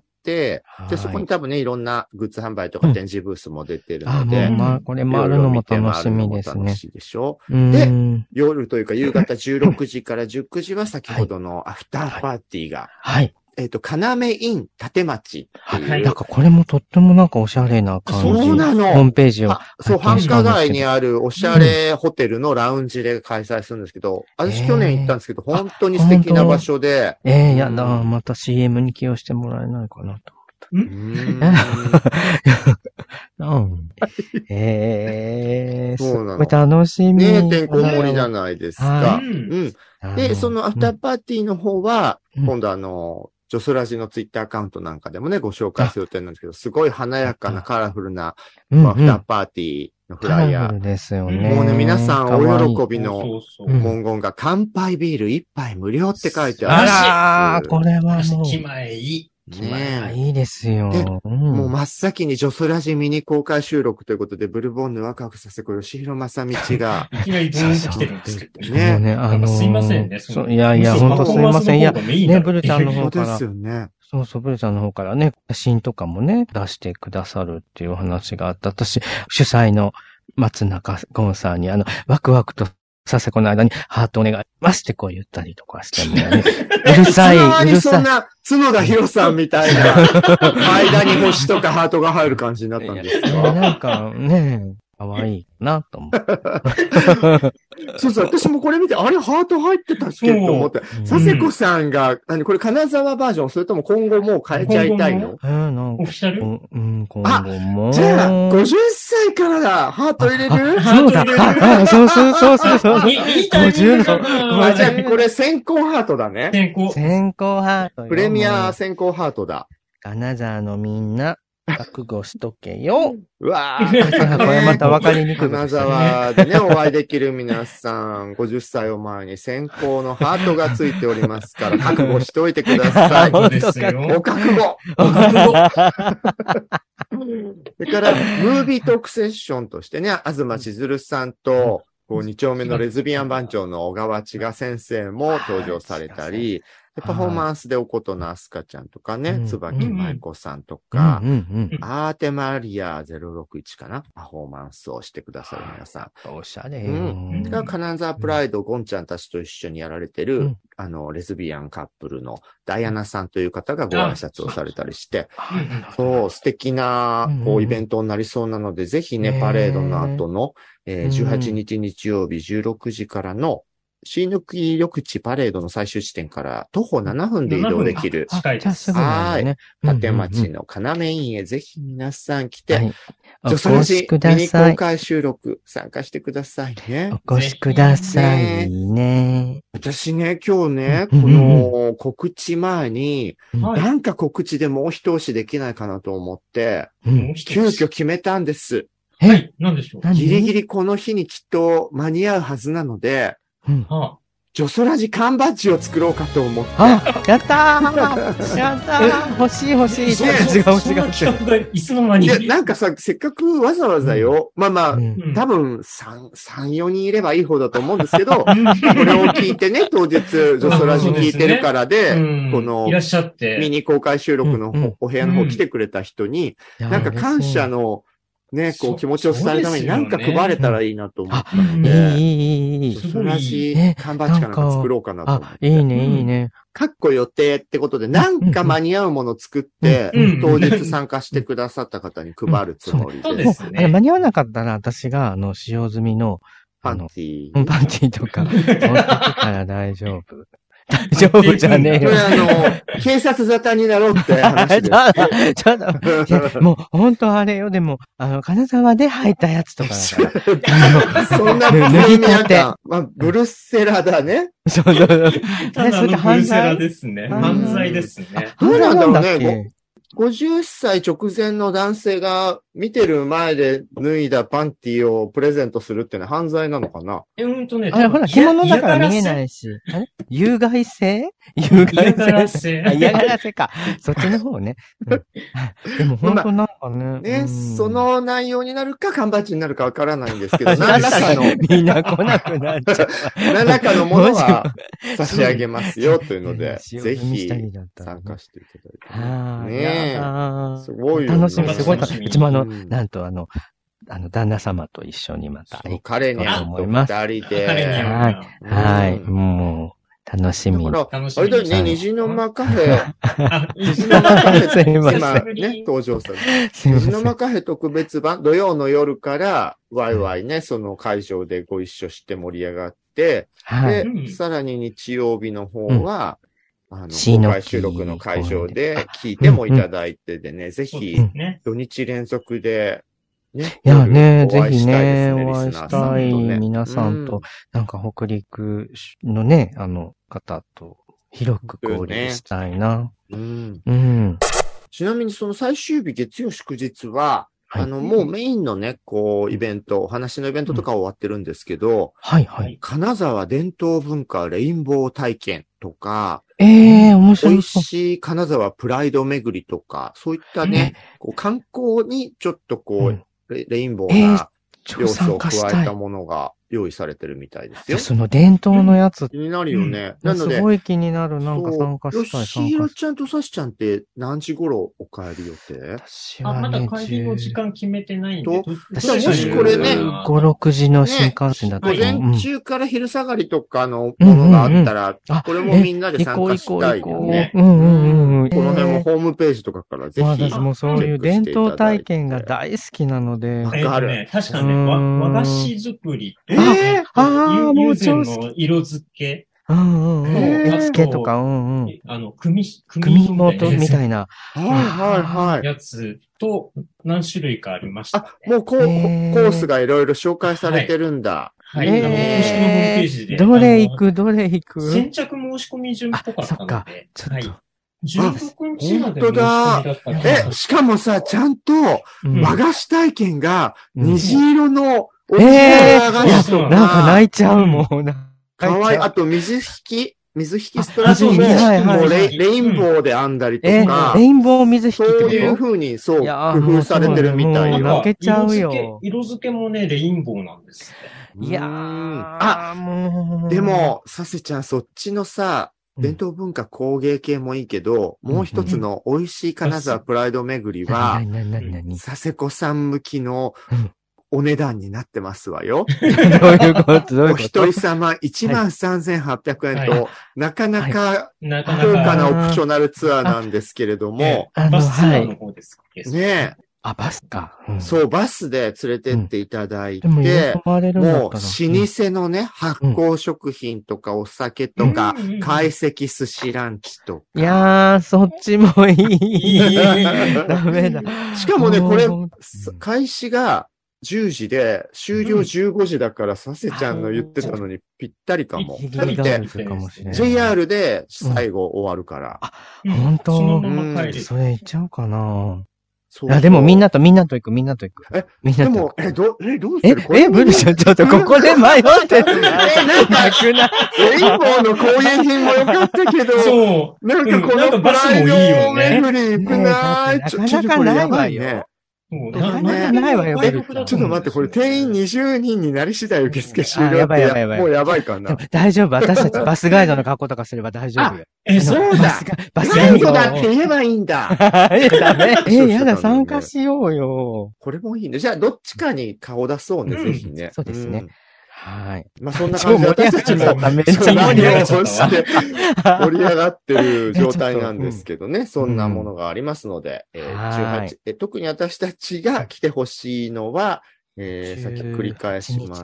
で、そこに多分ね、いろんなグッズ販売とか展示ブースも出てるので、 これ回るのも楽しみですね。 楽しいでしょ。で、夜というか夕方16時から19時は先ほどのアフターパーティーが、 はい。 かなめイン立町っていう。 なんかこれもとってもなんかおしゃれな感じ。 そうなの。 ホームページを。 そう、繁華街にあるおしゃれホテルのラウンジで開催するんですけど、私去年行ったんですけど、本当に素敵な場所で。 やだ、また CM に起用してもらえないかなと思った。すごい楽しみ。 ねてんこ盛りじゃないですか。で、そのアフターパーティーの方は、今度ジョソラジのツイッターアカウントなんかでもね、ご紹介する予定なんですけど、すごい華やかなカラフルなアフターパーティーのフライヤー。 カラフルですよね。 もうね、皆さんお喜びの文言が、乾杯ビール一杯無料って書いてある。 あらー、これはもう。 気前いい。 ねいいですよ。 もう真っ先にジョソラジミニ公開収録ということで、ブルボンヌワクワクさせこ吉弘正道が。 いきなりドーンと来てるんですけどね。 すいませんね。 いや、ほんとすいません。いや、ね、ブルちゃんの方から。 そうですよね。 そう、ブルちゃんの方からね、写真とかもね、出してくださるっていうお話があった。私、主催の松中ゴンさんに、ワクワクとさせこの間に、ハートお願いしますってこう言ったりとかしてもね。うるさい。 そんな、角田博さんみたいな、間に星とかハートが入る感じになったんですか？ なんかね、かわいいなと思って。 そう、私もこれ見て、あれハート入ってたっけと思って。佐世子さんが、これ金沢バージョン、それとも今後もう変えちゃいたいの？ オフィシャル？ 今後も。 じゃあ、50歳からだ。ハート入れる？ そうだ。そう。 いいタイミングだな。 じゃあ、これ先行ハートだね。 先行ハート。 プレミア先行ハートだ。 金沢のみんな、覚悟しとけよ。 うわぁ。 これまた分かりにくい。 金沢でね、お会いできる皆さん、50歳を前に先行のハートがついておりますから、覚悟しておいてください。 そうですよ。 お覚悟。それから、ムービートークセッションとしてね、東千鶴さんと、2丁目のレズビアン番長の小川千賀先生も登場されたり、パフォーマンスでおことのアスカちゃんとかね、椿舞子さんとか、アーテマリア061かな、パフォーマンスをしてくださる皆さん。おしゃれよ。金沢プライド、ゴンちゃんたちと一緒にやられてる、レズビアンカップルのダイアナさんという方がご挨拶をされたりして、そう、素敵な、イベントになりそうなので、ぜひね、パレードの後の、18日日曜日16時からの、新抜き緑地パレードの最終地点から徒歩7分で移動できる。 近いです。 はい。立町の要院へぜひ皆さん来て、ジョソラジミニ公開収録参加してくださいね。 お越しくださいね。 私ね、今日ね、この告知前に、なんか告知でもう一押しできないかなと思って、急遽決めたんです。 はい、何でしょう。 ギリギリこの日にきっと間に合うはずなので、ジョソラジ缶バッジを作ろうかと思って。 やったーやったー欲しい。違う。 いつの間に。 いや、なんかさ、せっかくわざわざよ。まあまあ、多分3、4人いればいい方だと思うんですけど、これを聞いてね、当日、ジョソラジ聞いてるからで、この、 いらっしゃって、 ミニ公開収録のお部屋の方来てくれた人に、なんか感謝の、ね、気持ちを伝えるために何か配れたらいいなと思ったので。 いい。 ジョソラジ缶バッジかなんか作ろうかなと思って。 いいね。 かっこ予定ってことで、なんか間に合うものを作って、当日参加してくださった方に配るつもりで。 そうですね。 間に合わなかったら、私が、使用済みの、 パンティーとか、持ってくから大丈夫。 大丈夫じゃねえよ。 これ警察沙汰になろうって話です。 ちょっと、いやもう、本当あれよ、でも、金沢で履いたやつとかだから。 そんなプレミア感。まあ、ブルセラだね。 そうそうそう。 ただのブルセラでですね。犯罪ですね。 どうなんだろうね。 ね。 50歳直前の男性が見てる前で脱いだパンティをプレゼントするってのは犯罪なのかな？ あれ、ほら、着物だから見えないし。あれ有害性嫌がらせ。 嫌がらせか。そっちの方ね。でも本当なんかね。 ね、その内容になるか缶バッジになるかわからないんですけど、何らかの、 みんな来なくなっちゃう。 何らかのものは差し上げますよというので、 塩ぜひ踏み下着だったら参加していただいて。 ああ、 ねえ。 すごいよね。 楽しみ、すごい。うちもうんなんと旦那様と一緒にまたそう彼に会って二人で。 彼に会うはい。もう、楽しみに。 だから、 楽しみにあれだよね、虹の間カフェ。 あ、 虹の間カフェすいません今ね、登場されて。 すいません。 虹の間カフェ特別版、土曜の夜からワイワイね、その会場でご一緒して盛り上がって、 はい。 で、さらに日曜日の方は、公シーノキ開収録の会場で聞いてもいただいてでね、ぜひ、 ね。 土日連続で、ね。 いやね、ぜひ夜お会いしたいですね、 ね、 お会いしたい皆さんと、なんか北陸のね、方と広く交流したいな。 うん。 うん。 ちなみにその最終日月曜祝日は、 はいもうメインのね、こう、イベント、お話のイベントとかは終わってるんですけど、 はいはい。 金沢伝統文化レインボー体験とか、 面美味白そう。 しい金沢プライド巡りとか、そういったね、こう観光にちょっとこう、レインボーな超要素を参加したい。 加えたものが用意されてるみたいですよ。 その伝統のやつ、 気になるよね。なので、 すごい気になる。なんか参加したい、 しひろちゃんとさしちゃんって何時頃お帰り予定？ あ、 私はまだね、 帰りの時間決めてないんで。 じゃあもしこれね 5、6時の新幹線だと午思う。 前中から昼下がりとかのものがあったら、これもみんなで参加したいよね。 うんうんうん。 この辺もホームページとかからぜひ。 私もそういう伝統体験が大好きなので。 わかる。 確かね、和菓子作りと、 もう友禅の色付け。 うんうん。色付けとか、うんうん。組元みたいな。 はいはいはい。 やつと何種類かありました、ね。 あ、もうコースがいろいろ紹介されてるんだ。 はい。公式のホームページで。 どれ行く先着申し込み順っぽかったので。 そっか。ちょっと。 16日まで本当だ。しかもさ、ちゃんと和菓子体験が虹色のオリジナル和菓子とか。 なんか泣いちゃうもん。 かわいい。あと水引きストラスもレインボーで編んだりとか。 レインボー水引きってそういう風に、そう、工夫されてるみたいよ。 泣けちゃうよ。 色付けもね、レインボーなんですって。いやー、もう。でも、させちゃん、そっちのさ、伝統文化工芸系もいいけど、もう一つの美味しい金沢プライド巡りは、佐世子さん向きのお値段になってますわよ。 どういうことお一人様13,800円と、なかなか高価なオプショナルツアーなんですけれども、 バスツアーの方ですかねえ。 バスか。 そう、バスで連れてっていただいて、 もう老舗のね、発酵食品とかお酒とか、懐石寿司ランチとか。 いやー、そっちもいい。ダメだ。 しかもね、これ、開始が10時で、終了15時だから、させちゃんの言ってたのにぴったりかも。見て、JR で最後終わるから。 本当？ そのまま帰る。 それ行っちゃうかな。でもみんなと行く。みんなと。 でも、どうするブルちゃん、ちょっとここで迷ってる。 なんか、レインボーの工芸品も良かったけど、 そう。 なんかこのバスもいいよね。巡り行くなぁ。ちょっとこれやばいね。 ないわよ。 ちょっと待って、これ定員20人になり次第受付終了って。もうやばいかな。 大丈夫。私たちバスガイドの格好とかすれば大丈夫よ。 そうだ。バスガイドだって言えばいいんだ。 やだ、参加しようよ。 これもいいね。じゃあ、どっちかに顔出そうね、ぜひね。 そうですね。はい。 まあそんな感じで私たちもめっちゃ盛り上がってる状態なんですけどね。そんなものがありますので、特に私たちが来てほしいのは、さっき繰り返します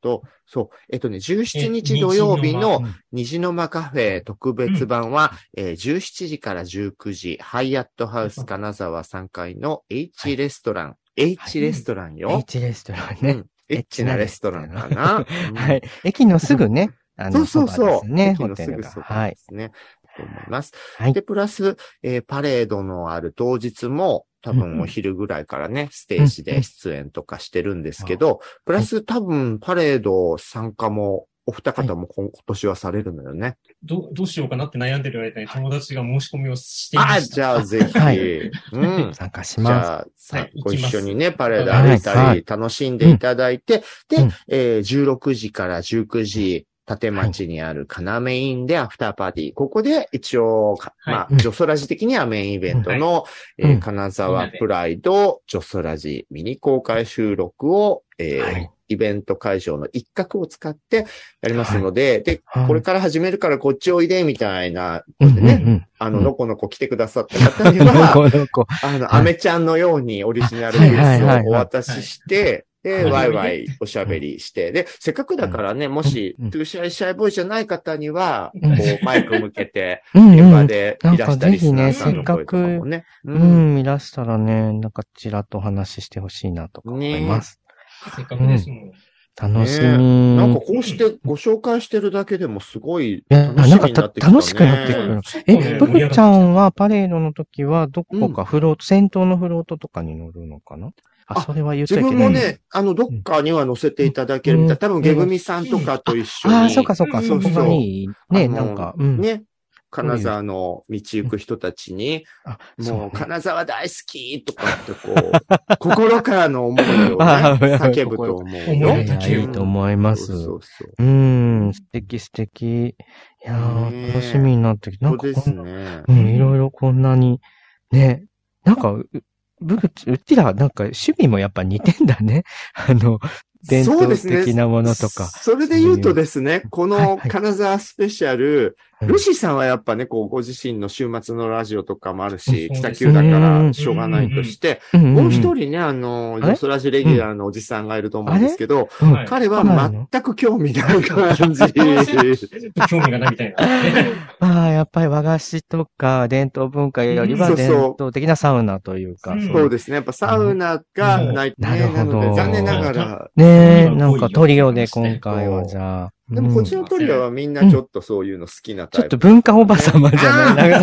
と、そう、17日土曜日の虹の間カフェ特別版は、17時から19時、ハイアットハウス金沢3階の H レストラン。H レストランよ。 H レストランね。 エッチなレストランかな。 はい。駅のすぐね、 そうそう。 ね、 駅のすぐそばですね。と思います。 はい。 で、プラス、パレードのある当日も、多分お昼ぐらいからね、ステージで出演とかしてるんですけど、プラス多分パレード参加も、お二方も今年はされるのよね。 どうしようかなって悩んでる間に友達が申し込みをしていました。 じゃあぜひ、 参加します。 じゃあ、ご一緒にね、パレード歩いたり、楽しんでいただいて、で、16時から19時、立町にあるカナメインでアフターパーティー。ここで一応、ジョソラジ的にはメインイベントの、金沢プライドジョソラジミニ公開収録を、イベント会場の一角を使ってやりますので、で、これから始めるからこっちおいでみたいな、ね、のこのこ来てくださった方には、アメちゃんのようにオリジナルグッズをお渡しして、で、ワイワイおしゃべりして、で、せっかくだからね、もし、トゥーシャイシャイボーイじゃない方には、こう、マイク向けて、現場でいらしたりするね、 せっかく、いらしたらね、なんかちらっとお話ししてほしいなとか思います。 せっかくですもん。 楽しみ。 なんかこうしてご紹介してるだけでもすごい楽しみになってきたね。 楽しくなってくる。ブルちゃんはパレードの時はどこか先頭のフロートとかに乗るのかな？それは言っちゃいけない。 自分もね、どっかには載せていただけるみたい。多分、ゲグミさんとかと一緒に。 そうか。そこがいい。ね、なんか、 ね。金沢の道行く人たちに、もう、金沢大好きとかってこう、心からの思いをね、叫ぶと思うよ。 いいと思います。素敵。いやー、楽しみになってきて、なんかですね。 いろいろこんなに、ね、なんか、うちら、なんか趣味もやっぱ似てんだね。伝統的なものとか。 それで言うとですね、この金沢スペシャル、ルシーさんはやっぱね、こう、ご自身の週末のラジオとかもあるし、北九だからしょうがないとして、もう一人ね、ジョソラジレギュラーのおじさんがいると思うんですけど、彼は全く興味ない感じ。 興味がないみたいな。 やっぱり和菓子とか伝統文化よりは伝統的なサウナというか。 そうですね。やっぱサウナがない。 なるほど。 残念ながら。 ねえ、なんかトリオで今回はじゃあ。 でもこっちのトリオはみんなちょっとそういうの好きなタイプ。 ちょっと文化おばさまじゃない。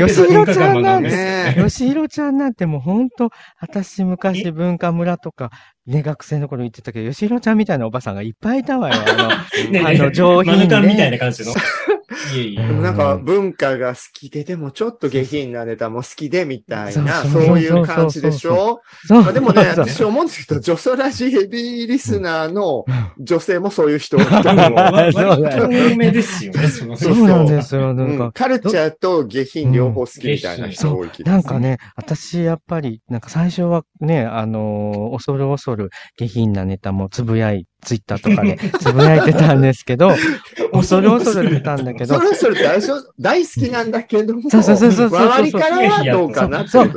吉弘ちゃんなんで。吉弘ちゃんなんてもうほんと、私昔文化村とか、ね、学生の頃言ってたけど、吉弘ちゃんみたいなおばさんがいっぱいいたわよ。上品で。 みたいな感じの。 なんか文化が好きで、でもちょっと下品なネタも好きでみたいな、そういう感じでしょ？でもね、私思うんですけど、ジョソラジヘビーリスナーの女性もそういう人多めですよね、 そうなんですよ。なんかカルチャーと下品両方好きみたいな人多い気がする。 なんかね、私やっぱり、なんか最初はね、恐る下品なネタもツイッターとかでつぶやいてたんですけど、恐る出たんだけど。 それって大好きなんだけども。 そう。 周りからはどうかなってそう。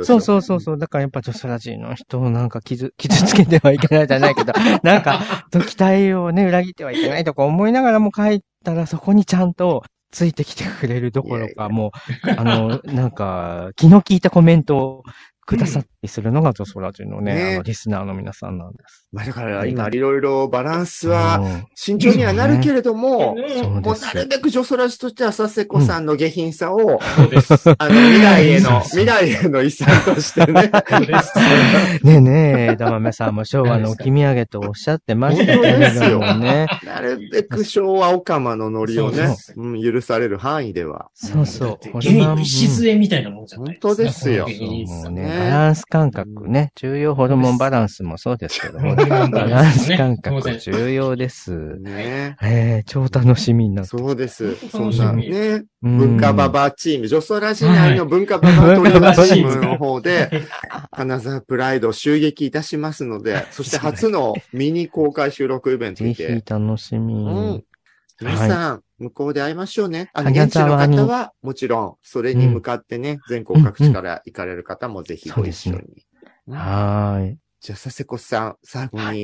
だからやっぱジョソラジの人をなんか傷つけてはいけないじゃないけど、なんか、期待をね、裏切ってはいけないとか思いながらも書いたらそこにちゃんとついてきてくれるどころか、もう、なんか、気の利いたコメントをくださったりするのがジョソラジのね、リスナーの皆さんなんです。 だから今いろいろバランスは慎重にはなるけれども、もうなるべくジョソラジとしては佐世子さんの下品さを、未来への遺産としてね。 ねえ、枝豆さんも昭和の置き土産とおっしゃってましたけれどもね。 なるべく昭和オカマのノリをね、許される範囲では。 そう。 礎みたいなもんじゃないですか。本当ですよ。 もうね、バランス感覚ね、重要ホルモンバランスもそうですけども、バランス感覚重要です。ね。超楽しみになって。 そうです。そんなね、文化ババチーム、ジョソラジ内の文化ババトリオチームの方で、金沢プライドを襲撃いたしますので、そして初のミニ公開収録イベントで。 ぜひ楽しみ。 皆さん、向こうで会いましょうね。現地の方はもちろん、それに向かってね、全国各地から行かれる方もぜひご一緒に。 はい。 じゃあ、佐世子さん、最後に、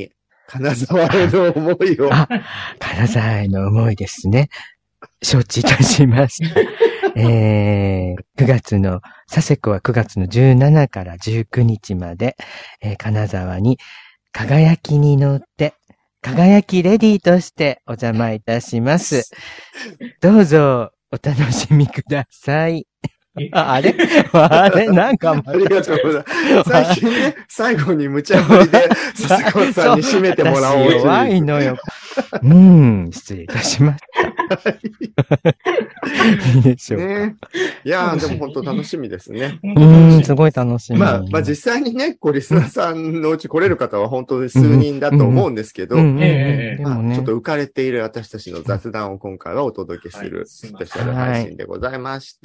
金沢への思いを。 金沢への思いですね。承知いたしました。9月の、佐世子は9月の17から19日まで、金沢に輝きに乗って、輝きレディーとしてお邪魔いたします。どうぞお楽しみください。あれなんかありがとうございます。最近ね、最後に無茶ぶりで、佐世子さんに締めてもらおうという。 弱いのよ。失礼いたしました。いいでしょうか。 ね、いやー、でも本当楽しみですね。 すごい楽しみ。 まあ実際にね、リスナーさんのうち来れる方は本当に数人だと思うんですけど、ちょっと浮かれている私たちの雑談を今回はお届けするスペシャル配信でございました。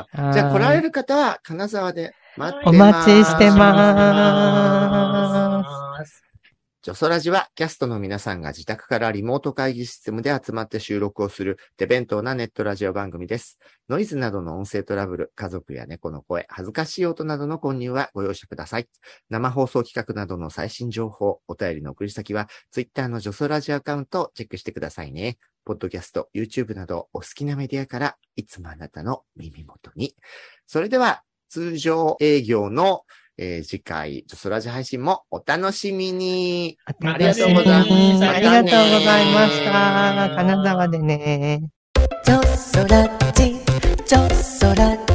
じゃあ来られる方は金沢で待ってます。 お待ちしてます。 ジョソラジはキャストの皆さんが自宅からリモート会議システムで集まって収録をする手弁当なネットラジオ番組です。ノイズなどの音声トラブル、家族や猫の声、恥ずかしい音などの混入はご容赦ください。生放送企画などの最新情報、お便りの送り先は Twitter のジョソラジアカウントをチェックしてくださいね。ポッドキャスト、YouTube などお好きなメディアからいつもあなたの耳元に。それでは通常営業の次回、ジョソラジ配信もお楽しみに。 ありがとうございます。ありがとうございました。金沢でね。ジョソラジ、ジョソラジ。